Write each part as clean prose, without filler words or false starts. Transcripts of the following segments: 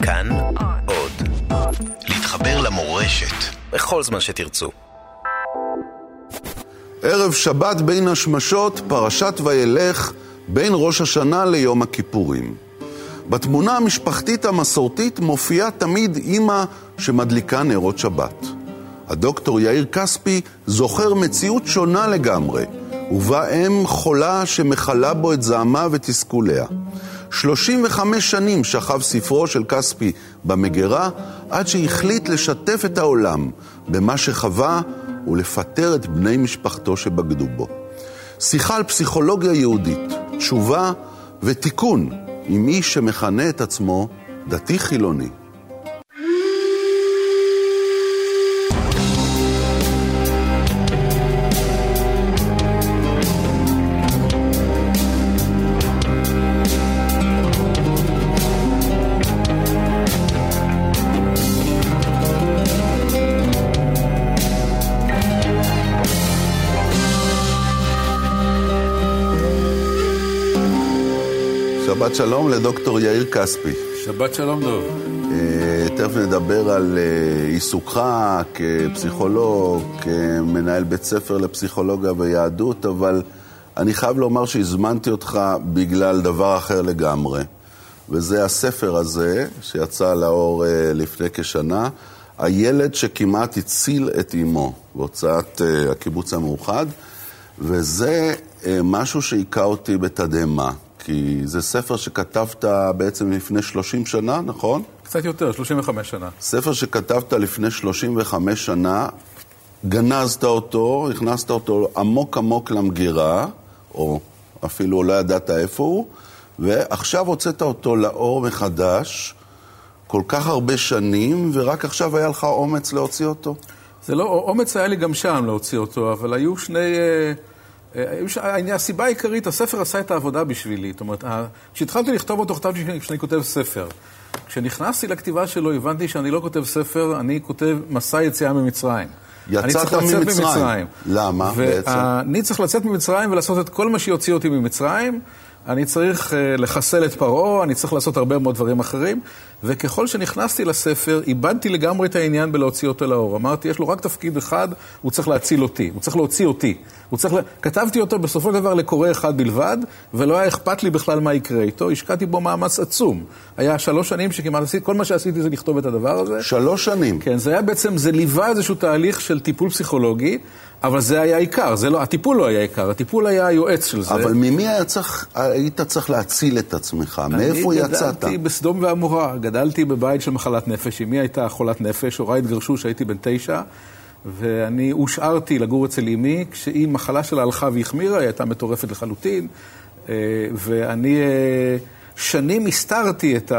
כאן עוד. להתחבר למורשת בכל זמן שתרצו. ערב שבת בין השמשות, פרשת וילך, בין ראש השנה ליום הכיפורים. בתמונה המשפחתית המסורתית מופיעה תמיד אמא שמדליקה נרות שבת. הדוקטור יאיר כספי זוכר מציאות שונה לגמרי, ובה אם חולה שמחלה בו את זעמה ותסכוליה. 35 שנים שכב ספרו של כספי במגירה, עד שהחליט לשתף את העולם במה שחווה ולפטר את בני משפחתו שבגדו בו. שיחה על פסיכולוגיה יהודית, תשובה ותיקון עם איש שמכנה את עצמו דתי חילוני. שבת שלום לדוקטור יאיר כספי. שבת שלום דוב. תכף נדבר על עיסוקך כפסיכולוג, כמנהל בית ספר לפסיכולוגיה ויהדות, אבל אני חייב לומר שהזמנתי אותך בגלל דבר אחר לגמרי. וזה הספר הזה שיצא לאור לפני כשנה, הילד שכמעט הציל את אמו, בהוצאת הקיבוץ המאוחד, וזה משהו שהיכה אותי בתדהמה. כי זה ספר שכתבת בעצם לפני 30 שנה, נכון? קצת יותר, 35 שנה. ספר שכתבת לפני 35 שנה, גנזת אותו, הכנסת אותו עמוק עמוק למגירה, או אפילו לא ידעת איפה הוא, ועכשיו הוצאת אותו לאור מחדש, כל כך הרבה שנים, ורק עכשיו היה לך אומץ להוציא אותו? זה לא, אומץ היה לי גם שם להוציא אותו, אבל היו שני... הסיבה העיקרית, הספר עשה את העבודה בשבילי. זאת אומרת, כשהתחלתי לכתוב אותו, חשבתי שאני כותב ספר. כשנכנסתי לכתיבה שלו, הבנתי שאני לא כותב ספר, אני כותב מסע יציאה ממצרים. יצאת ממצרים. למה בעצם? אני צריך לצאת ממצרים ולעשות את כל מה שיוציא אותי ממצרים. אני צריך לחסל את פרעה, אני צריך לעשות הרבה מאוד דברים אחרים, וככל שנכנסתי לספר, איבדתי לגמרי את העניין בלהוציא אותו לאור. אמרתי, יש לו רק תפקיד אחד, הוא צריך להציל אותי, הוא צריך להוציא אותי. כתבתי אותו בסופו של דבר לקורא אחד בלבד, ולא היה אכפת לי בכלל מה יקרה איתו, השקעתי בו מאמץ עצום. היה 3 שנים שכמעט עשיתי, כל מה שעשיתי זה לכתוב את הדבר הזה. 3 שנים? כן, זה היה בעצם, זה ליווה איזשהו תהליך של טיפול פסיכולוגי, אבל זה היה עיקר, הטיפול לא היה עיקר, הטיפול היה היועץ של זה. אבל ממי היית צריך להציל את עצמך? מאיפה יצאת? אני גדלתי בסדום ועמורה, גדלתי בבית של מחלת נפש, אמי הייתה חולת נפש, הוריי התגרשו שהייתי בן 9, ואני הושארתי לגור אצל אמי, כשהיא מחלה שלה הלכה והחמירה, היא הייתה מטורפת לחלוטין, ואני שנים הסתרתי את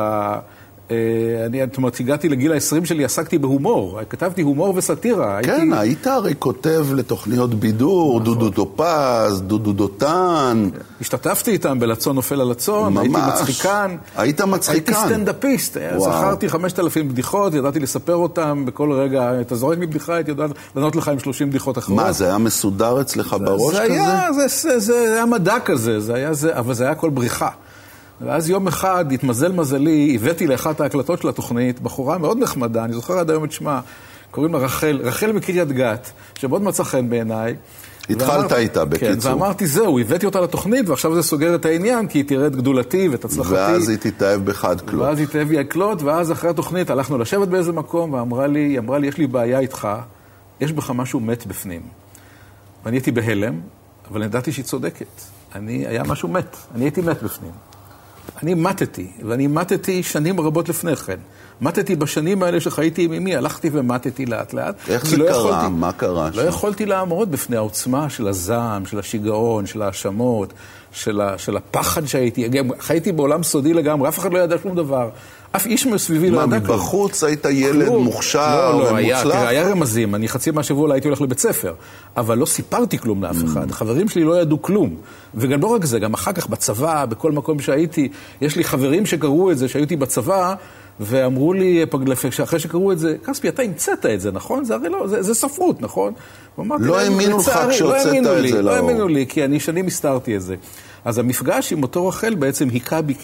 זאת אומרת, הגעתי לגיל ה-20 שלי, עסקתי בהומור, כתבתי הומור וסטירה. כן, היית הרי כותב לתוכניות בידור, דודו טופז, דודו דותן. השתתפתי איתם בלצון נופל על הצון, הייתי מצחיקן. היית מצחיקן. הייתי סטנדאפיסט, זכרתי 5,000 בדיחות, ידעתי לספר אותם בכל רגע, אתה זורק מבדיחה, הייתי יודעת לענות לך עם 30 בדיחות אחרות. מה, זה היה מסודר אצלך בראש כזה? זה היה מדע כזה, אבל זה היה כל בריחה. ואז יום אחד, התמזל מזלי, הבאתי לאחת ההקלטות של התוכנית, בחורה מאוד נחמדה, אני זוכר עד היום את שמה, קוראים לה רחל מקריית גת, שמאוד מצא חן בעיניי. התחלת איתה בקיצור. כן, ואמרתי, זהו, הבאתי אותה לתוכנית, ועכשיו זה סוגר את העניין, כי היא תראה את גדולתי ואת הצלחתי. ואז היא תתאהב בך עד כלות. ואז היא תאהב לי הקלות, ואז אחרי התוכנית הלכנו לשבת באיזה מקום, ואמרה לי, יש לי בעיה איתך, יש בך משהו מת בפנים. ואני הייתי בהלם, אבל ידעתי שהיא צודקת. היה משהו מת, אני הייתי מת בפנים. אני מתתי, ואני מתתי שנים רבות לפני כן. מתתי בשנים האלה שחייתי עם אמי, הלכתי ומתתי לאט לאט. איך זה קרה? מה קרה? לא יכולתי לעמוד בפני העוצמה של הזעם, של השיגעון, של האשמות, של הפחד שהייתי. חייתי בעולם סודי לגמרי, אף אחד לא ידע שום דבר. אף איש מסביבי לא ידע כלום. מבחוץ היית ילד מוכשר ומוצלח? לא, היה רמזים. אני חצי מהשבוע הייתי הולך לבית ספר, אבל לא סיפרתי כלום לאף אחד. חברים שלי לא ידעו כלום. וגם לא רק זה, גם אחר כך בצבא, בכל מקום שהייתי, יש לי חברים שקראו את זה, שהייתי בצבא, ואמרו לי, אחרי שקראו את זה, כספי, אתה המצאת את זה, נכון? זה הרי לא, זה ספרות, נכון? לא האמינו לך כשהוצאת את זה לאור. לא האמינו לי, כי אני שנים הסתרתי את זה. אז המפגש עם אותו רחל בעצם היכה בי,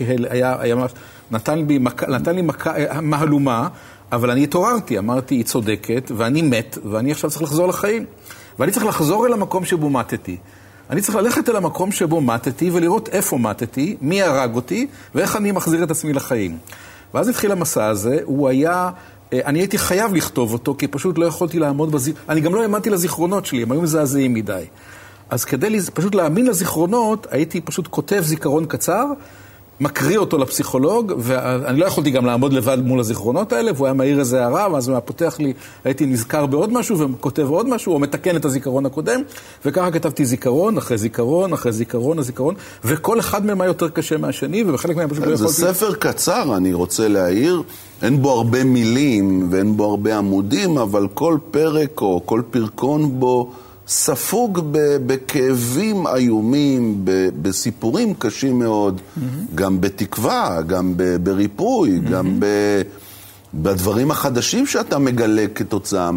נתן לי מהלומה, אבל אני התעוררתי, אמרתי, היא צודקת, ואני מת, ואני עכשיו צריך לחזור לחיים. ואני צריך לחזור אל המקום שבו מתתי. אני צריך ללכת אל המקום שבו מתתי, ולראות איפה מתתי, מי הרג אותי, ואיך אני מחזיר את עצמי לחיים. ואז התחיל המסע הזה, אני הייתי חייב לכתוב אותו, כי פשוט לא יכולתי לעמוד אני גם לא האמנתי לזיכרונות שלי, הם היו מזעזעים מדי. אז כדי פשוט להאמין לזיכרונות, הייתי פשוט כותב זיכרון קצר, מקריא אותו לפסיכולוג, ואני לא יכולתי גם לעמוד לבד מול הזיכרונות האלה, והוא היה מהיר איזה הערה, ואז הוא היה פותח לי, הייתי נזכר בעוד משהו, וכותב עוד משהו, או מתקן את הזיכרון הקודם, וככה כתבתי זיכרון, אחרי זיכרון, אחרי זיכרון, הזיכרון, וכל אחד מהם היה יותר קשה מהשני, ובחלק מהם פשוט לא יכולתי... זה ספר קצר, אני רוצה להעיר, אין בו הרבה מילים, ואין בו הרבה עמודים, אבל כל פרק או כל פרקון בו, ספוג בכאבים איומים, בסיפורים קשים מאוד, גם בתקווה, גם בריפוי, גם בדברים החדשים שאתה מגלה כתוצאה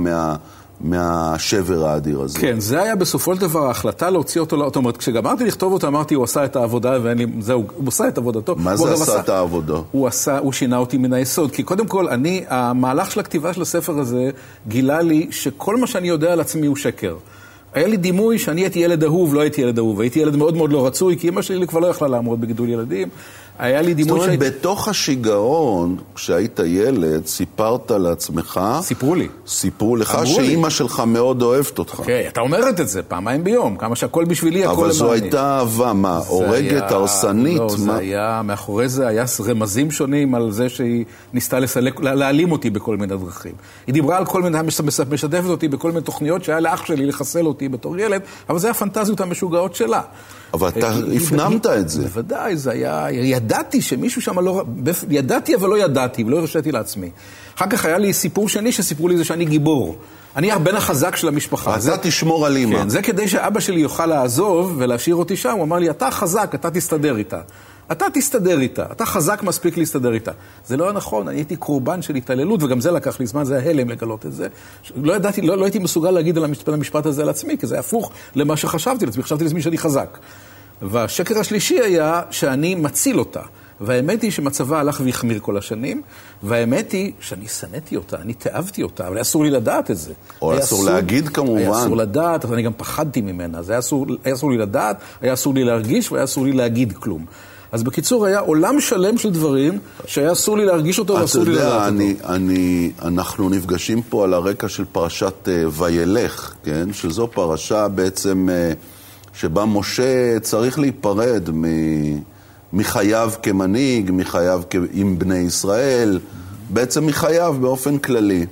מהשבר האדיר הזה. כן, זה היה בסופו של דבר ההחלטה להוציא אותו, זאת אומרת, כשגמרתי לכתוב אותו, אמרתי, הוא עשה את העבודה, זהו, הוא עשה את עבודתו. מה זה עשה את העבודה? הוא שינה אותי מן היסוד, כי קודם כל, המהלך של הכתיבה של הספר הזה, גילה לי שכל מה שאני יודע על עצמי הוא שקר. היה לי דימוי שאני הייתי ילד אהוב, לא הייתי ילד אהוב. הייתי ילד מאוד מאוד לא רצוי, כי אמא שלי כבר לא יכלה לעמוד בגידול ילדים. היה לי דימוי זאת אומרת, בתוך השיגעון, כשהיית ילד, סיפרת לעצמך... סיפרו לך שאמא שלך מאוד אוהבת אותך. אוקיי, אתה אומרת את זה פעמיים ביום, כמה שהכל בשבילי, הכל למעני. אבל זו הייתה אהבה, מה? הורגת, הרסנית? לא, זה היה, מאחורי זה היה רמזים שונים על זה שהיא ניסתה להעלים אותי בכל מיני דרכים. היא דיברה על כל מיני, משתפת אותי בכל מיני תוכניות שהיה לאח שלי לחסל אותי בתור ילד, אבל זה הפנטזיות המשוגעות שלה. אבל אתה הפנמת את זה. בוודאי, זה היה... ידעתי שמישהו שם לא... ידעתי אבל לא ידעתי, ולא הרשיתי לעצמי. אחר כך היה לי סיפור שני שסיפרו לי זה שאני גיבור. אני הבן החזק של המשפחה. אתה תשמור על אמא. כן, זה כדי שאבא שלי יוכל לעזוב ולהשאיר אותי שם. הוא אמר לי, אתה חזק, אתה תסתדר איתה. אתה תסתדר איתה, אתה חזק מספיק להסתדר איתה. זה לא נכון, אני הייתי קורבן של התעללות, וגם זה לקח לי זמן, זה ההלם לגלות את זה. לא ידעתי, לא הייתי מסוגל להגיד על המשפט הזה על עצמי, כי זה הפוך למה שחשבתי לעצמי, חשבתי לעצמי שאני חזק. והשקר השלישי היה שאני מציל אותה. והאמת היא שמצבה הלך והחמיר כל השנים, והאמת היא שאני שנאתי אותה, אני תאבתי אותה, אבל היה אסור לי לדעת את זה. או אסור להגיד כמובן. היה אסור לדעת, אבל אני גם פחדתי ממנה. אז היה אסור לי לדעת, היה אסור לי להרגיש, והיה אסור לי להגיד כלום. אז בקיצור, היה עולם שלם של דברים שהיה אסור לי להרגיש אותו ואסור לי לדעת אותו. אנחנו נפגשים פה על הרקע של פרשת וילך, כן? שזו פרשה בעצם שבה משה צריך להיפרד מחייו כמנהיג, מחייו עם בני ישראל, בעצם מחייו באופן כללי.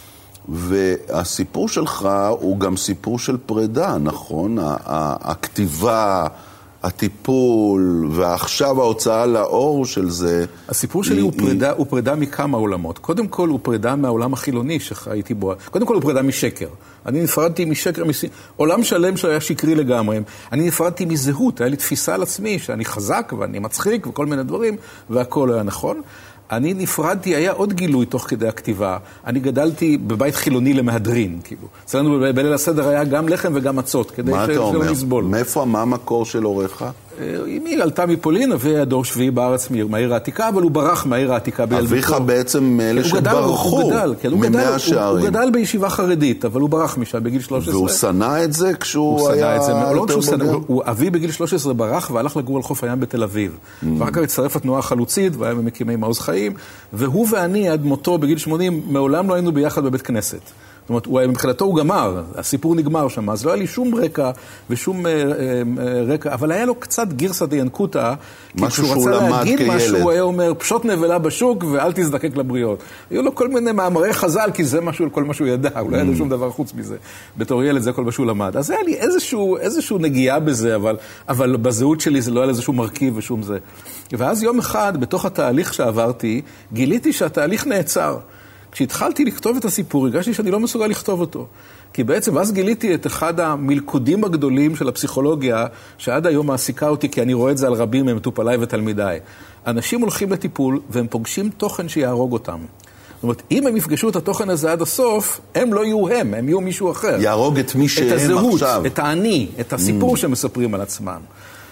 והסיפור שלך הוא גם סיפור של פרידה, נכון? הכתיבה, הטיפול, ועכשיו ההוצאה לאור של זה... הסיפור שלי הוא פרידה מכמה עולמות. קודם כל הוא פרידה מהעולם החילוני שחייתי בו. קודם כל הוא פרידה משקר. אני נפרדתי משקר, עולם שלם שהיה שקרי לגמרי. אני נפרדתי מזהות, היה לי תפיסה על עצמי שאני חזק ואני מצחיק וכל מיני דברים, והכל היה נכון. אני נפרדתי, היה עוד גילוי תוך כדי הכתיבה. אני גדלתי בבית חילוני למהדרין, כאילו. אצלנו בליל הסדר היה גם לחם וגם מצות, כדי שלא נסבול. מאיפה, מה המקור של הוריך? אמי עלתה מפולין, אבי הדור שביעי בארץ מהעיר העתיקה, אבל הוא ברח מהעיר העתיקה בילדותו. אביך בעצם מאלה שברחו ממאה שערים. הוא גדל בישיבה חרדית, אבל הוא ברח משם בגיל 13. והוא שנא את זה כשהוא היה... אבי בגיל 13 ברח והלך לגור על חוף הים בתל אביב. ואחר כך הצטרף לתנועה החלוצית, והיה ממקימי מעוז חיים, והוא ואני עד מותו בגיל 80 מעולם לא היינו ביחד בבית כנסת. זאת אומרת, מבחינתו הוא גמר, הסיפור נגמר שם, אז לא היה לי שום רקע ושום רקע, אבל היה לו קצת גירסא דינקותא, כי כשהוא רצה להגיד משהו, הוא היה אומר, פשוט נבלה בשוק ואל תזדקק לבריות. היו לו כל מיני מאמרי חז"ל, כי זה כל מה שהוא ידע, הוא לא היה לו שום דבר חוץ מזה. בתור ילד זה כל מה שהוא למד. אז היה לי איזשהו נגיעה בזה, אבל בזהות שלי זה לא היה איזשהו מרכיב ושום זה. ואז יום אחד, בתוך התהליך שעברתי, גיליתי שהתהליך נעצר. כשהתחלתי לכתוב את הסיפור, הרגשתי שאני לא מסוגל לכתוב אותו. כי בעצם אז גיליתי את אחד המלכודים הגדולים של הפסיכולוגיה, שעד היום מעסיקה אותי, כי אני רואה את זה על רבים ממטופליי ותלמידיי. אנשים הולכים לטיפול והם פוגשים תוכן שיהרוג אותם. זאת אומרת, אם הם יפגשו את התוכן הזה עד הסוף, הם לא יהיו הם יהיו מישהו אחר. יהרוג את מי שהם הזהות, עכשיו. את האני, את הסיפור שמספרים על עצמם.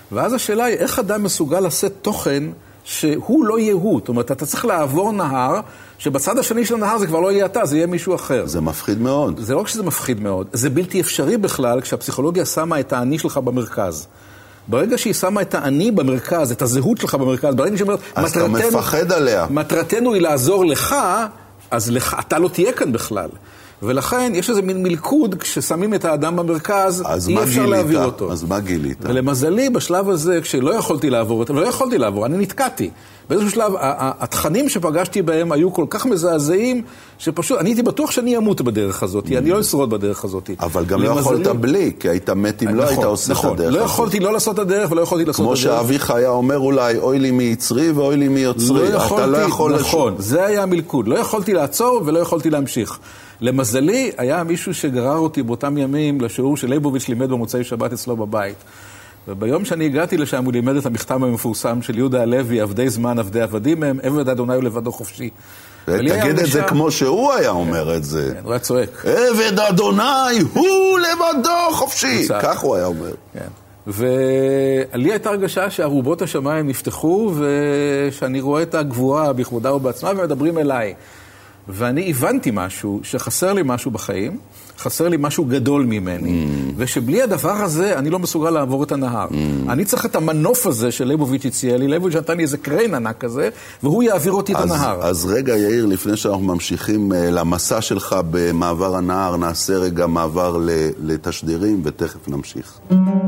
ואז השאלה היא, איך אדם מסוגל לשאת תוכן שהוא לא יהיה הוא? זאת אומרת, אתה צריך לעבור נהר, שבצד השני של הנהר זה כבר לא יהיה אתה, זה יהיה מישהו אחר. זה מפחיד מאוד. זה לא רק שזה מפחיד מאוד, זה בלתי אפשרי בכלל כשהפסיכולוגיה שמה את האני שלך במרכז. ברגע שהיא שמה את האני במרכז, את הזהות שלך במרכז, ברגע שהיא אומרת, אז אתה מפחד עליה. מטרתנו היא לעזור לך, אז אתה לא תהיה כאן בכלל. ולכן יש איזה מין מלכוד, כששמים את האדם במרכז, אי אפשר להעביר אותו. אז מה גילית? ולמזלי, בשלב הזה, כשלא יכולתי לעבור, אני נתקעתי. באיזשהו שלב, התכנים שפגשתי בהם היו כל כך מזעזעים, שפשוט, אני הייתי בטוח שאני אמות בדרך הזאת, אני לא אשרוד בדרך הזאת. אבל גם לא יכולת בלי, כי היית מת אם לא היית עושה את הדרך הזאת. לא יכולתי לא לעשות את הדרך, ולא יכולתי לעשות את הדרך. כמו שאביך היה אומר אולי, אוי לי מיצרי ואוי לי מיוצרי. אתה לא יכול... נכון, זה היה המלכוד. לא יכולתי לעצור ולא יכולתי להמשיך. למזלי, היה מישהו שגרר אותי באותם ימים לשיעור שלייבוביץ' לימד במוצאי שבת אצלו בבית. וביום שאני הגעתי לשם הוא לימד את המכתב המפורסם של יהודה הלוי, עבדי זמן, עבדי עבדים הם, עבד אדוני הוא לבדו חופשי. תגיד את זה כמו שהוא היה אומר את זה. הוא היה צועק. עבד אדוני הוא לבדו חופשי. כך הוא היה אומר. ולי הייתה הרגשה שהרובות השמיים נפתחו, ושאני רואה את הגבורה בכבודה ובעצמה, ומדברים אליי. ואני הבנתי משהו, שחסר לי משהו בחיים, חסר לי משהו גדול ממני, ושבלי הדבר הזה אני לא מסוגל לעבור את הנהר. אני צריך את המנוף הזה של לייבוביץ' הציע לי, לייבוביץ' נתן לי איזה קריין ענק כזה, והוא יעביר אותי את הנהר. אז רגע, יאיר, לפני שאנחנו ממשיכים למסע שלך במעבר הנהר, נעשה רגע מעבר לתשדירים, ותכף נמשיך.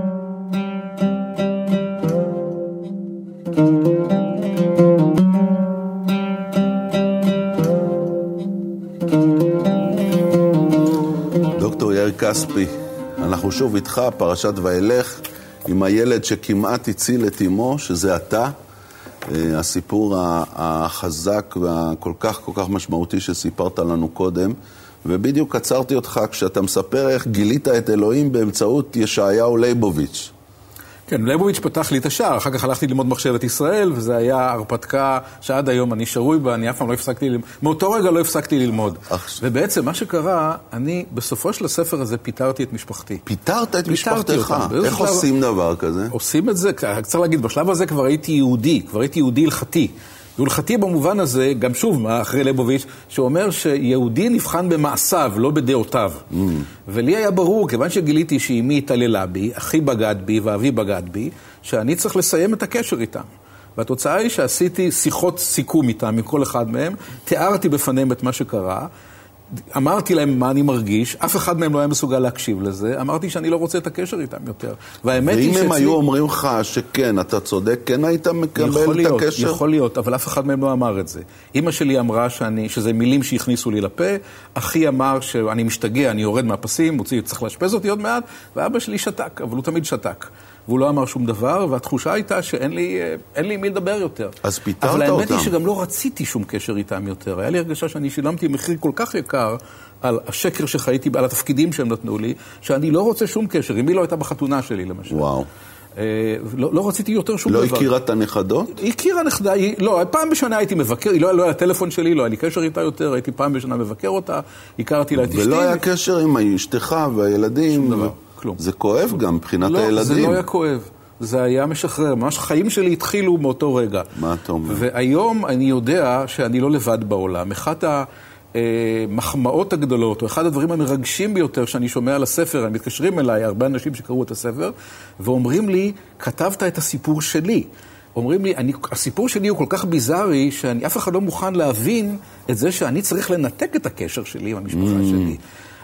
כספי, אנחנו שוב איתך, פרשת וילך, עם הילד שכמעט הציל את אמו, שזה אתה, הסיפור החזק והכל כך כל כך משמעותי שסיפרת לנו קודם, ובדיוק עצרתי אותך כשאתה מספר איך גילית את אלוהים באמצעות ישעיהו לייבוביץ'. כן, לייבוביץ' פתח לי את השער, אחר כך הלכתי ללמוד מחשבת ישראל, וזה היה הרפתקה שעד היום אני שרוי בה, אני אף פעם לא הפסקתי ללמוד, מאותו רגע לא הפסקתי ללמוד. ובעצם מה שקרה, אני בסופו של הספר הזה פיתרתי את משפחתי. פיתרת את משפחתך? איך עושים דבר כזה? עושים את זה, צריך להגיד, בשלב הזה כבר הייתי יהודי הלכתי. הלכתי במובן הזה, גם שוב, אחרי לייבוביץ', שאומר שיהודי נבחן במעשיו, לא בדעותיו. ולי היה ברור, כיוון שגיליתי שאמי התעללה בי, אחי בגד בי ואבי בגד בי, שאני צריך לסיים את הקשר איתם. והתוצאה היא שעשיתי שיחות סיכום איתם, מכל אחד מהם, תיארתי בפניהם את מה שקרה, אמרתי להם מה אני מרגיש, אף אחד מהם לא היה מסוגל להקשיב לזה, אמרתי שאני לא רוצה את הקשר איתם יותר. ואם הם היו אומרים לך שכן, אתה צודק, כן היית מקבל את הקשר? יכול להיות, אבל אף אחד מהם לא אמר את זה. אמא שלי אמרה שזה מילים שהכניסו לי לפה, אחי אמר שאני משתגע, אני יורד מהפסים, הוא צריך להשפז אותי עוד מעט, ואבא שלי שתק, אבל הוא תמיד שתק. והוא לא אמר שום דבר, והתחושה הייתה שאין לי מי לדבר יותר. אז פיתרת אותם. אבל האמת היא שגם לא רציתי שום קשר איתם יותר. היה לי הרגשה שאני שילמתי מחיר כל כך יקר על השקר שחייתי, על התפקידים שהם נתנו לי, שאני לא רוצה שום קשר. אם היא לא הייתה בחתונה שלי, למשל. וואו. לא רציתי יותר שום דבר. לא הכירה את הנכדות? היא הכירה נכדה, לא, פעם בשנה הייתי מבקר, לא היה טלפון שלי, לא היה לי קשר איתה יותר, הייתי פעם בשנה מבקר אותה, הכרתי לה את אשתי. ולא היה קשר עם אשתך והילדים? שום דבר. כלום. זה כואב גם מבחינת הילדים. לא, זה לא היה כואב. זה היה משחרר. ממש החיים שלי התחילו מאותו רגע. מה אתה אומר? והיום אני יודע שאני לא לבד בעולם. אחת המחמאות הגדולות, או אחד הדברים המרגשים ביותר שאני שומע על הספר, הם מתקשרים אליי, הרבה אנשים שקראו את הספר, ואומרים לי, כתבת את הסיפור שלי. אומרים לי, הסיפור שלי הוא כל כך ביזארי, שאף אחד לא מוכן להבין את זה שאני צריך לנתק את הקשר שלי עם המשפחה שלי.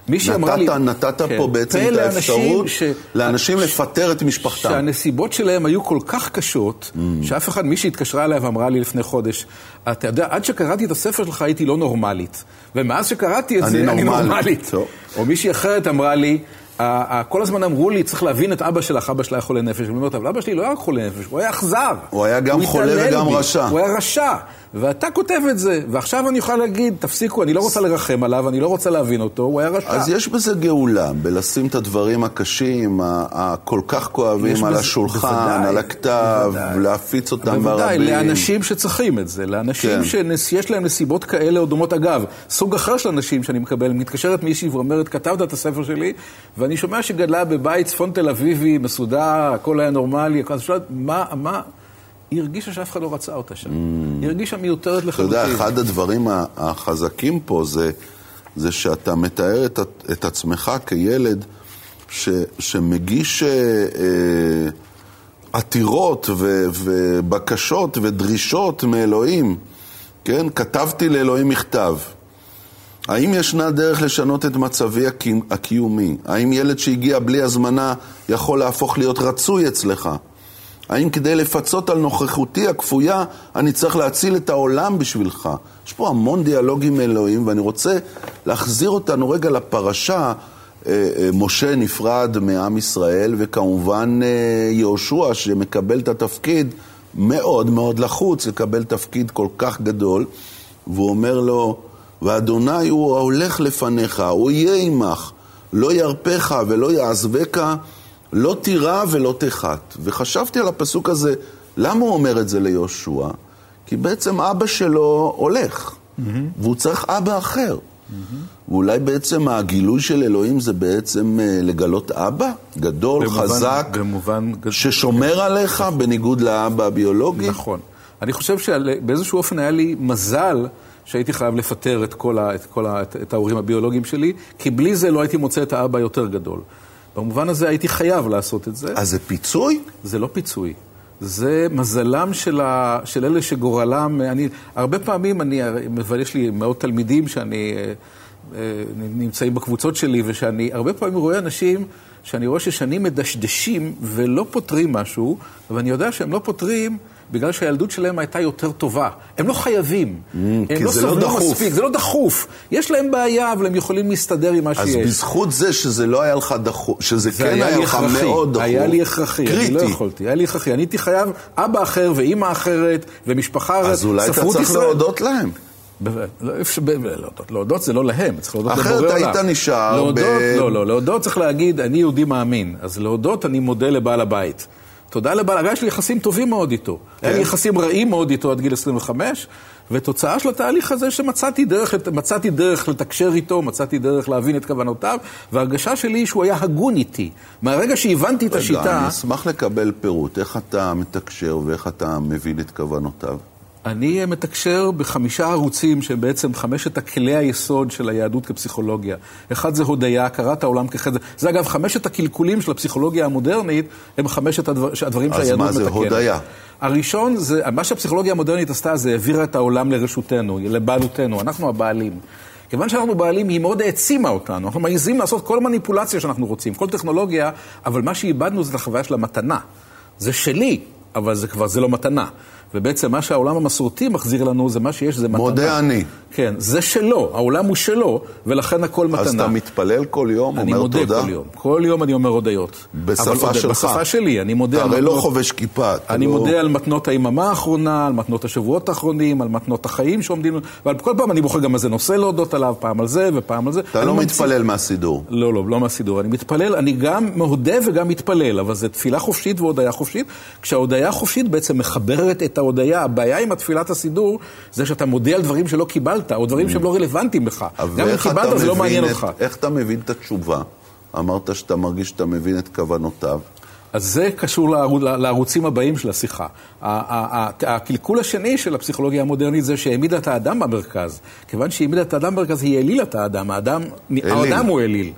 נתת פה בעצם את האפשרות לאנשים לפטר את משפחתם. שהנסיבות שלהם היו כל כך קשות, שאף אחד, מי שהתקשרה אליי ואמרה לי לפני חודש, אתה יודע, עד שקראתי את הספר שלך הייתי לא נורמלית. ומאז שקראתי את זה, אני נורמלית. או מישהי אחרת אמרה לי, כל הזמן אמרו לי, צריך להבין את אבא שלך, אבא שלה חולה נפש. ואני אומרת, אבל אבא שלי לא היה חולה נפש, הוא היה אכזר. הוא היה גם חולה וגם רשע. הוא היה רשע. ואתה כותב את זה, ועכשיו אני יכול להגיד, תפסיקו, אני לא רוצה לרחם עליו, אני לא רוצה להבין אותו, הוא היה רשע. אז יש בזה גאולה, בלשים את הדברים הקשים, הכל כך כואבים על השולחן, בוודאי, על הכתב, להפיץ אותם ברבים. בוודאי, לאנשים שצריכים את זה, לאנשים שיש להם נסיבות כאלה או דומות. אגב, סוג אחר של אנשים שאני מקבל, מתקשרת מישהי ואומרת, כתבת את הספר שלי, ואני שומע שגדלה בבית צפון תל אביבי, מסודר, הכל היה נורמלי, מה? היא הרגישה שאף אחד לא רצה אותה שם. היא הרגישה מיותרת לחלוטין. אתה יודע, אחד הדברים החזקים פה זה שאתה מתאר את עצמך כילד שמגיש עתירות ובקשות ודרישות מאלוהים. כן? כתבתי לאלוהים מכתב. האם ישנה דרך לשנות את מצבי הקיומי? האם ילד שהגיע בלי הזמנה יכול להפוך להיות רצוי אצלך? האם כדי לפצות על נוכחותי הכפויה, אני צריך להציל את העולם בשבילך? יש פה המון דיאלוגים אלוהים, ואני רוצה להחזיר אותנו רגע לפרשה. משה נפרד מעם ישראל, וכמובן יהושע שמקבל את התפקיד מאוד מאוד לחוץ, לקבל תפקיד כל כך גדול, והוא אומר לו, ואדוני הוא הולך לפניך, הוא יהיה עמך, לא ירפך ולא יעזבך, לא תירא ולא תחת. וחשבתי על הפסוק הזה, למה הוא אומר את זה ליהושע? כי בעצם אבא שלו הולך, והוא צריך אבא אחר. ואולי בעצם הגילוי של אלוהים זה בעצם לגלות אבא גדול, חזק, ששומר עליך בניגוד לאבא הביולוגי. נכון. אני חושב שבאיזשהו אופן היה לי מזל שהייתי חייב לפטר את ההורים הביולוגיים שלי, כי בלי זה לא הייתי מוצא את האבא יותר גדול. במובן הזה הייתי חייב לעשות את זה. אז זה פיצוי? זה לא פיצוי. זה מזלם של אלה שגורלם, הרבה פעמים יש לי מאות תלמידים שאני נמצאים בקבוצות שלי, ושאני הרבה פעמים רואה אנשים שאני רואה ששנים מדשדשים ולא פותרים משהו, ואני יודע שהם לא פותרים בגלל שהילדות שלהם הייתה יותר טובה. הם לא חייבים. הם לא סבלו מספיק. זה לא דחוף. יש להם בעיה, אבל הם יכולים להסתדר עם מה שיש. אז בזכות זה שזה לא היה לך דחוף, שזה כן היה לך מאוד דחוף. היה לי הכרחי. קריטי. אני לא יכולתי. היה לי הכרחי. אני הייתי חייב אבא אחר ואמא אחרת ומשפחה אחרת. אז אולי אתה צריך להודות להם. להודות זה לא להם, צריך להודות לבורא עולם. אחרת היית נשאר להודות צריך להגיד, אני יהודי מאמין. אז להודות אני מודה לבעל הבית. תודה לבעל, אגב, יש לי יחסים טובים מאוד איתו. היה לי יחסים רעים מאוד איתו עד גיל 25, ותוצאה של התהליך הזה שמצאתי דרך לתקשר איתו, מצאתי דרך להבין את כוונותיו, וההרגשה שלי שהוא היה הגון איתי. מהרגע שהבנתי את השיטה... אני אשמח לקבל פירוט, איך אתה מתקשר ואיך אתה מבין את כוונותיו? אני מתקשר ב5 ערוצים שהם בעצם 5 כלי היסוד של היהדות כפסיכולוגיה. אחד זה הודיה, הכרת העולם כחזר. זה אגב 5 הקלקולים של הפסיכולוגיה המודרנית, הם 5 הדברים שהיהדות מתקנת. אז מה זה הודיה? הראשון זה, מה שהפסיכולוגיה המודרנית עשתה זה העבירה את העולם לרשותנו, לבעלותנו, אנחנו הבעלים. כיוון שאנחנו בעלים, היא מאוד העצימה אותנו. אנחנו מעיזים לעשות כל מניפולציה שאנחנו רוצים, כל טכנולוגיה, אבל מה שאיבדנו זה את החוויה של המתנה. זה שלי, אבל זה לא מתנה. ובעצם מה שהעולם המסורתי מחזיר לנו זה מה שיש, זה מתנה. מודה אני. כן, זה שלו, העולם הוא שלו, ולכן הכל מתנה. אז אתה מתפלל כל יום, אומר תודה? אני מודה כל יום. כל יום אני אומר הודיות. בשפה שלך? בשפה שלי, אני מודה. אתה הרי לא חובש כיפה. אני מודה על מתנות היממה האחרונה, על מתנות השבועות האחרונים, על מתנות החיים שעומדים, ועל כל פעם אני בוחר גם איזה נושא להודות עליו, פעם על זה ופעם על זה. אתה לא מתפלל מהסידור? לא מהסידור. אני מתפלל, אני גם מהודה וגם מתפלל, אבל זה תפילה חופשית והודיה חופשית. כשההודיה חופשית בעצם מחברת את ההודיה. הבעיה עם התפילת הסידור זה שאתה מודה על דברים שלא קיבלת, או דברים שהם לא רלוונטיים לך. גם אם קיבלת, זה לא מעניין אותך. איך אתה מבין את התשובה? אמרת שאתה מרגיש שאתה מבין את כוונותיו. אז זה קשור לערוצים הבאים של השיחה. הקלקול השני של הפסיכולוגיה המודרנית זה שהעמידה את האדם במרכז. כיוון שהעמידה את האדם במרכז, היא העלילה את האדם. האדם הוא העליל.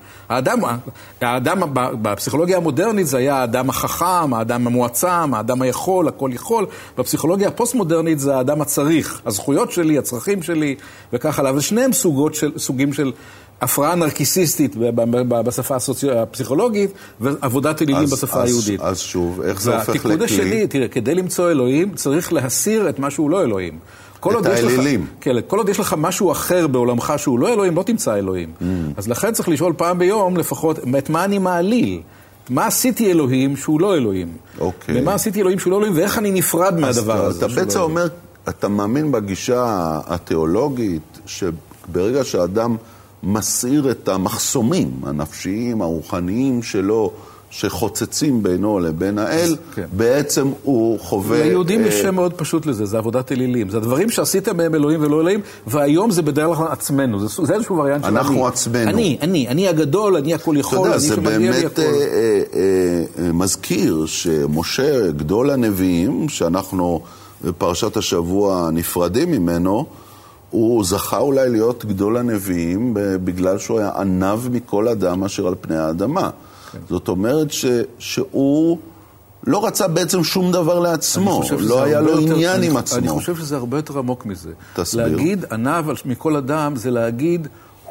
האדם בפסיכולוגיה המודרנית זה היה האדם החכם, האדם המועצם, האדם היכול, הכל יכול. בפסיכולוגיה הפוסט-מודרנית זה האדם הצריך. הזכויות שלי, הצרכים שלי, וכך הלאה. ושניהם סוגים של הפרעה נרקיסיסטית בשפה הפסיכולוגית, ועבודת אלילים בשפה היהודית. אז שוב, איך זה הופך לכלי? והתיקון השני, תראה, כדי למצוא אלוהים, צריך להסיר את מה שהוא לא אלוהים. את האלילים. כן, כל עוד יש לך משהו אחר בעולמך שהוא לא אלוהים, לא תמצא אלוהים. אז לכן צריך לשאול פעם ביום לפחות, את מה אני מעליל? מה עשיתי אלוהים שהוא לא אלוהים? ומה עשיתי אלוהים שהוא לא אלוהים, ואיך אני נפרד מהדבר הזה? אתה בעצם אומר, אתה מאמין בגישה התיאולוגית שברגע שאדם מסיר את המחסומים הנפשיים, הרוחניים שלו, שחוצצים בינו לבין האל, כן. בעצם הוא חווה... ליהודים יש שם מאוד פשוט לזה, זה עבודת אלילים. זה הדברים שעשיתם מהם אלוהים ולא אלוהים, והיום זה בדרך כלל עצמנו. זה איזשהו וריאנט של אנחנו עצמנו. אני הגדול, אני הכל יכול, אני שמגיע לי הכל. זה באמת מזכיר שמשה, גדול הנביאים, שאנחנו בפרשת השבוע נפרדים ממנו, הוא זכה אולי להיות גדול הנביאים בגלל שהוא היה ענב מכל אדם אשר על פני האדמה. זאת אומרת שהוא לא רצה בעצם שום דבר לעצמו, לא היה לו עניין עם עצמו. אני חושב שזה הרבה יותר עמוק מזה. תסביר. להגיד ענב מכל אדם זה להגיד,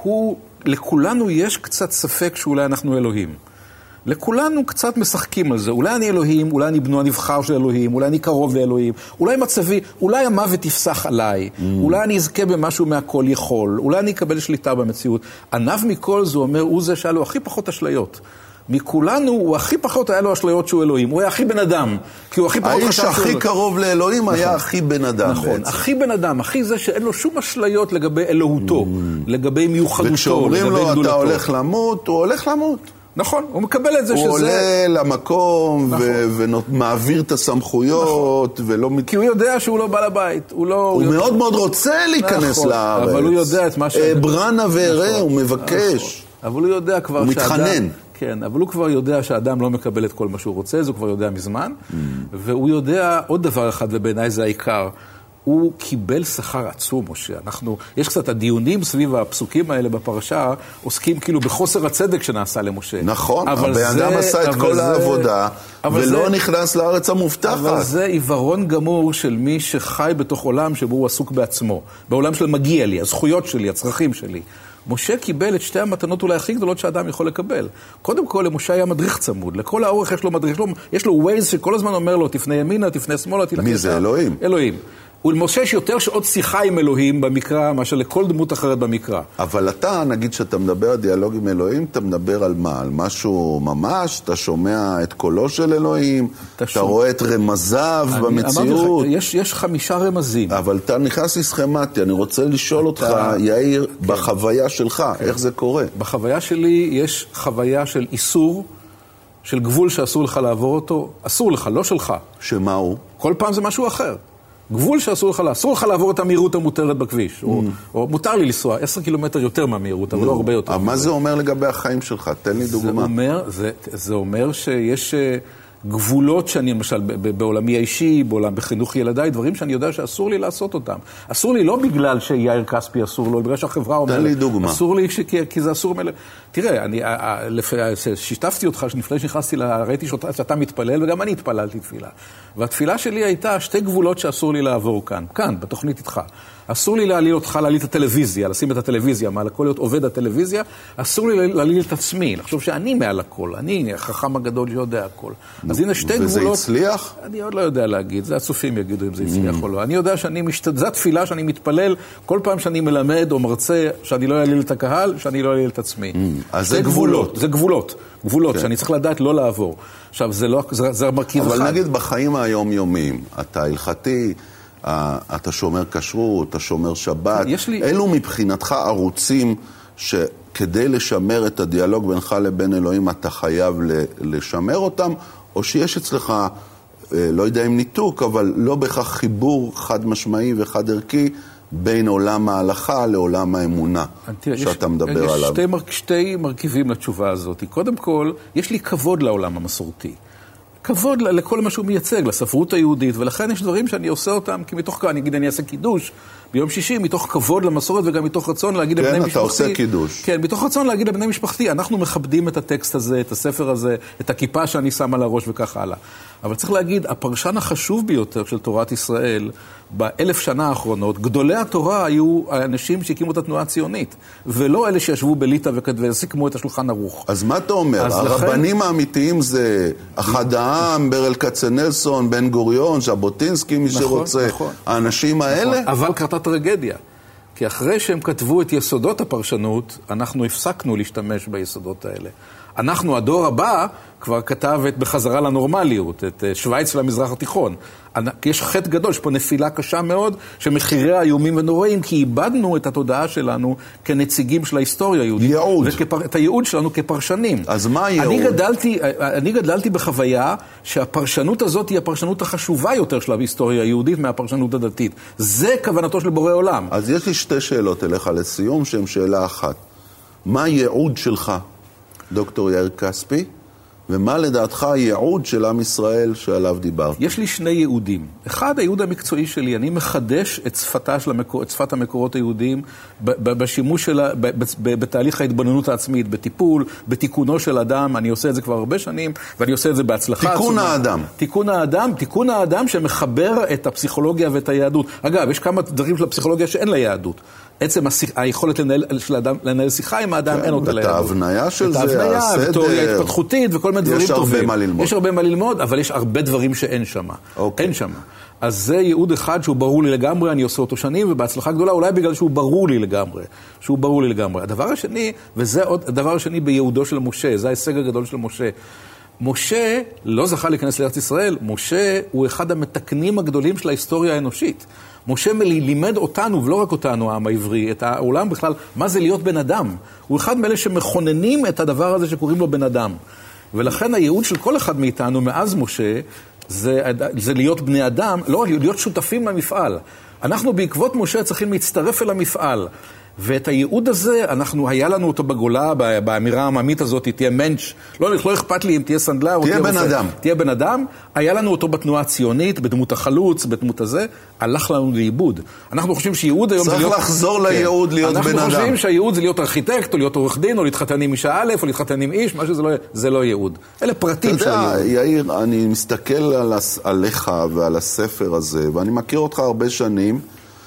לכולנו יש קצת ספק שאולי אנחנו אלוהים. לכולנו קצת משחקים על זה. אולי אני אלוהים, אולי אני בנו הנבחר של אלוהים, אולי אני קרוב לאלוהים, אולי מצבי, אולי המוות יפסח עליי, אולי אני אזכה במשהו מהכל יכול, אולי אני אקבל שליטה במציאות. ענב מכל זה אומר, הוא זה שהיה לו הכי פחות אשליות. מכולנו הוא הכי פחות היה לו אשליות שהוא אלוהים. הוא היה הכי בן אדם. כי הוא הכי פחות האיש הכי קרוב לאלוהים היה הכי בן אדם. נכון, הכי בן אדם, הכי זה שאין לו שום אשליות לגבי אלוהותו, לגבי מיוחדותו, וכשאומרים לו אתה הולך למות, הוא הולך למות. נכון, הוא מקבל את זה שזה... הוא עולה למקום ומעביר את הסמכויות ולא... כי הוא יודע שהוא לא בא לבית. הוא מאוד מאוד רוצה להיכנס לארץ. אבל הוא יודע את מה ש... ברנה וערה, הוא מבקש. אבל הוא יודע כבר הוא מתחנן. כן, אבל הוא כבר יודע שהאדם לא מקבל את כל מה שהוא רוצה, זה הוא כבר יודע מזמן. והוא יודע עוד דבר אחד, ובעיניי זה העיקר. הוא קיבל שכר עצום, משה. יש קצת הדיונים סביב הפסוקים האלה בפרשה, עוסקים כאילו בחוסר הצדק שנעשה למשה. נכון, הבן אדם עשה את כל העבודה, ולא נכנס לארץ המובטחת. אבל זה עיוורון גמור של מי שחי בתוך עולם שבו הוא עסוק בעצמו. בעולם של מגיע לי, הזכויות שלי, הצרכים שלי. משה קיבל את שתי המתנות אולי הכי גדולות שאדם יכול לקבל. קודם כל, למשה היה מדריך צמוד. לכל האורך יש לו מדריך. יש לו ווייז שכל הזמן אומר לו, תפנה ימינה, תפנה שמאלה, תלך מי זה? אלוהים. אלוהים. ולמשה יש יותר שעות שיחה עם אלוהים במקרא, מאשר לכל דמות אחרת במקרא. אבל אתה, נגיד שאתה מדבר על דיאלוג עם אלוהים, אתה מדבר על מה? על משהו ממש? אתה שומע את קולו של אלוהים? אתה רואה את רמזיו במציאות? יש 5 רמזים. אבל אתה נכנס לסכמטי, אני רוצה לשאול אותך, יאיר, בחוויה שלך, איך זה קורה? בחוויה שלי יש חוויה של איסור, של גבול שאסור לך לעבור אותו. אסור לך, לא שלך. שמה הוא? כל פעם זה משהו אחר. גבול שאסור לך לעבור את המהירות המותרת בכביש. או מותר לי לנסוע 10 קילומטר יותר מהמהירות, אבל לא הרבה יותר. אבל מה זה אומר לגבי החיים שלך? תן לי דוגמה. זה אומר שיש גבולות שאני, למשל, בעולמי האישי, בחינוך ילדיי, דברים שאני יודע שאסור לי לעשות אותם. אסור לי לא בגלל שיאיר כספי אסור לו, בגלל שהחברה אומרת. תן לי דוגמה. אסור לי כי זה אסור מלא. תראה, שיתפתי אותך, לפני שנכנסתי, ראיתי שאתה מתפלל, וגם אני התפללתי תפילה. והתפילה שלי הייתה 2 גבולות שאסור לי לעבור כאן, בתוכנית איתך. אסור לי להעליל אותך, להעליל את הטלוויזיה, לשים את הטלוויזיה, מעל הכל להיות עובד הטלוויזיה, אסור לי להעליל את עצמי, לחשוב שאני מעל הכל, אני החכם הגדול שיודע הכל. אז הנה 2 גבולות... וזה הצליח? אני עוד לא יודע להגיד, זה הצופים יגידו אם זה הצליח או לא. אני יודע זו התפילה שאני מתפלל, כל פעם שאני מלמד או מרצה, שאני לא אעליל את הקהל, שאני לא אעליל את עצמי. אז זה גבולות. זה גבולות, שאני צריך לדעת לא לעבור. עכשיו, זה מרכיב אחד. אבל נגיד בחיים היומיומיים, אתה הלכתי, אתה שומר כשרות, אתה שומר שבת, אלו מבחינתך ערוצים שכדי לשמר את הדיאלוג בינך לבין אלוהים אתה חייב לשמר אותם, או שיש אצלך, לא יודע אם ניתוק, אבל לא בכך חיבור חד משמעי וחד ערכי בין עולם ההלכה לעולם האמונה שאתה מדבר עליו. יש 2 מרכיבים לתשובה הזאת. קודם כל, יש לי כבוד לעולם המסורתי. כבוד לכל מה שהוא מייצג, לספרות היהודית, ולכן יש דברים שאני עושה אותם, כי מתוך כך, אני אעשה קידוש ביום שישי, מתוך כבוד למסורת וגם מתוך רצון להגיד לבני משפחתי. כן, אתה עושה קידוש. כן, מתוך רצון להגיד לבני משפחתי, אנחנו מכבדים את הטקסט הזה, את הספר הזה, את הכיפה שאני שם על הראש וכך הלאה. אבל צריך להגיד, הפרשן החשוב ביותר של תורת ישראל, ב1000 שנה האחרונות, גדולי התורה היו האנשים שהקימו את התנועה הציונית, ולא אלה שישבו בליטא וסיכמו את השולחן ערוך. אז מה אתה אומר? הרבנים האמיתיים זה אחד העם, ברל כצנלסון, בן גוריון, ז'בוטינסקי, מי שרוצה. האנשים האלה? אבל קרתה טרגדיה. כי אחרי שהם כתבו את יסודות הפרשנות, אנחנו הפסקנו להשתמש ביסודות האלה. אנחנו, הדור הבא, כבר כתב את בחזרה לנורמליות, את שוויץ למזרח התיכון. יש חטא גדול, יש פה נפילה קשה מאוד, שמחירי האיומים ונוראים, כי איבדנו את התודעה שלנו כנציגים של ההיסטוריה היהודית. ייעוד. ואת הייעוד שלנו כפרשנים. אז מה הייעוד? אני גדלתי בחוויה שהפרשנות הזאת היא הפרשנות החשובה יותר של ההיסטוריה היהודית מהפרשנות הדתית. זה כוונתו של בורא עולם. אז יש לי שתי שאלות אליך לסיום, שהן שאלה אחת. מה הייעוד שלך, דוקטור יאיר כספי? ומה לדעתך הייעוד של עם ישראל שעליו דיברת? יש לי שני ייעודים. אחד, הייעוד המקצועי שלי. אני מחדש את שפת המקורות היהודיים בשימוש שלה, בתהליך ההתבוננות העצמית, בטיפול, בתיקונו של אדם. אני עושה את זה כבר הרבה שנים, ואני עושה את זה בהצלחה. תיקון האדם שמחבר את הפסיכולוגיה ואת היהדות. אגב, יש כמה דברים של הפסיכולוגיה שאין לה יהדות. עצם היכולת לנהל שיחה עם האדם, אין אותה ליהדות. את ההבניה של זה, ההבניה, ותיאוריה התפתחותית וכל מיני דברים טובים. יש הרבה מה ללמוד. יש הרבה מה ללמוד, אבל יש הרבה דברים שאין שם. אין שם. אז זה ייעוד אחד שהוא ברור לי לגמרי, אני עושה אותו שנים, ובהצלחה גדולה, אולי בגלל שהוא ברור לי לגמרי. הדבר השני, וזה עוד הדבר השני בייעודו של משה, זה ההישג הגדול של משה. משה לא זכה להיכנס לארץ ישראל, משה הוא אחד המתקנים הגדולים של ההיסטוריה האנושית. משה לימד אותנו, ולא רק אותנו, העם העברי, את העולם בכלל, מה זה להיות בן אדם. הוא אחד מאלה שמכוננים את הדבר הזה שקוראים לו בן אדם. ולכן הייעוד של כל אחד מאיתנו, מאז משה, זה להיות בני אדם, לא רק להיות שותפים למפעל. אנחנו בעקבות משה צריכים להצטרף אל המפעל. ואת הייעוד הזה, היה לנו אותו בגולה, באמירה העממית הזאת, תהיה מנץ', לא אכפת לי אם תהיה סנדלר, תהיה בן אדם, היה לנו אותו בתנועה הציונית, בדמות החלוץ, בדמות הזה, הלך לנו לאיבוד. אנחנו חושבים שייעוד היום זה להיות... צריך לחזור לייעוד להיות בן אדם. אנחנו חושבים שהייעוד זה להיות ארכיטקט, או להיות עורך דין, או להתחתן עם אישה א', או להתחתן עם איש, משהו זה לא ייעוד. אלה פרטים של הייעוד. אתה יודע, יאיר, אני מסתכל עליך ועל הספר הזה, ואני מכיר אותך הרבה שנים,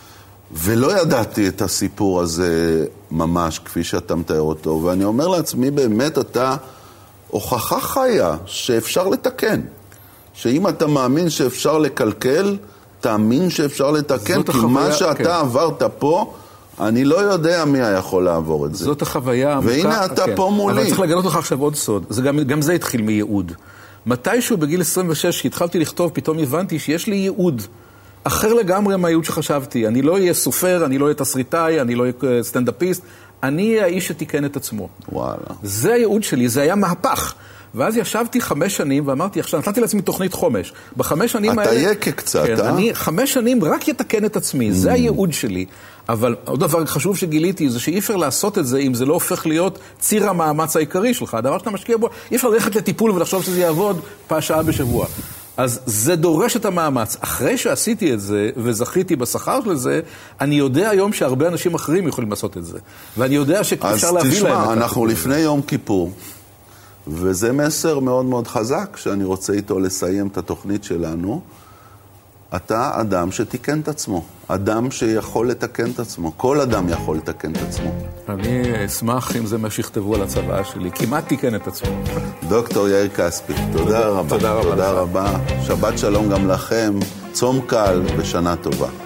ולא ידעתי את הסיפור הזה ממש כפי שאתה מתאר אותו, ואני אומר לעצמי, באמת אתה הוכחה חיה שאפשר לתקן. שאם אתה מאמין שאפשר לקלקל, תאמין שאפשר לתקן, כי מה שאתה עברת פה, אני לא יודע מי יכול לעבור את זה. זאת החוויה עמוקה. והנה אתה פה מולי. אבל צריך לגלות לך עכשיו עוד סוד. גם זה התחיל מייעוד. מתישהו בגיל 26, כשהתחלתי לכתוב, פתאום הבנתי שיש לי ייעוד. אחר לגמרי מהייעוד שחשבתי. אני לא אהיה סופר, אני לא אהיה תסריטאי, אני לא אהיה סטנדאפיסט. אני אהיה האיש שתיקן את עצמו. וואלה. זה הייעוד שלי, זה היה מהפך. ואז ישבתי 5 שנים ואמרתי, עכשיו נתתי לעצמי תוכנית חומש. ב5 שנים האלה... אתה יקה קצת, כן, אני 5 שנים רק יתקן את עצמי, זה הייעוד שלי. אבל עוד דבר חשוב שגיליתי, זה שאי אפשר לעשות את זה אם זה לא הופך להיות ציר המאמץ העיקרי שלך. הדבר שאתה משקיע בו, אי אפשר ללכת לטיפול ולחשוב שזה יעבוד שעה בשבוע. אז זה דורש את המאמץ. אחרי שעשיתי את זה וזכיתי בשכר של זה, אני יודע היום שהרבה אנשים אחרים יכולים לעשות את זה. ואני יודע שאפשר להביא להם. אז תשמע, אנחנו לפני יום כיפור, וזה מסר מאוד מאוד חזק שאני רוצה איתו לסיים את התוכנית שלנו. אתה אדם שתיקן את עצמו, אדם שיכול לתקן את עצמו, כל אדם יכול לתקן את עצמו. אני אשמח אם זה מה שיכתבו על הצבא שלי, כמעט תיקן את עצמו. דוקטור יאיר כספי, תודה רבה. תודה רבה. שבת שלום גם לכם, צום קל ושנה טובה.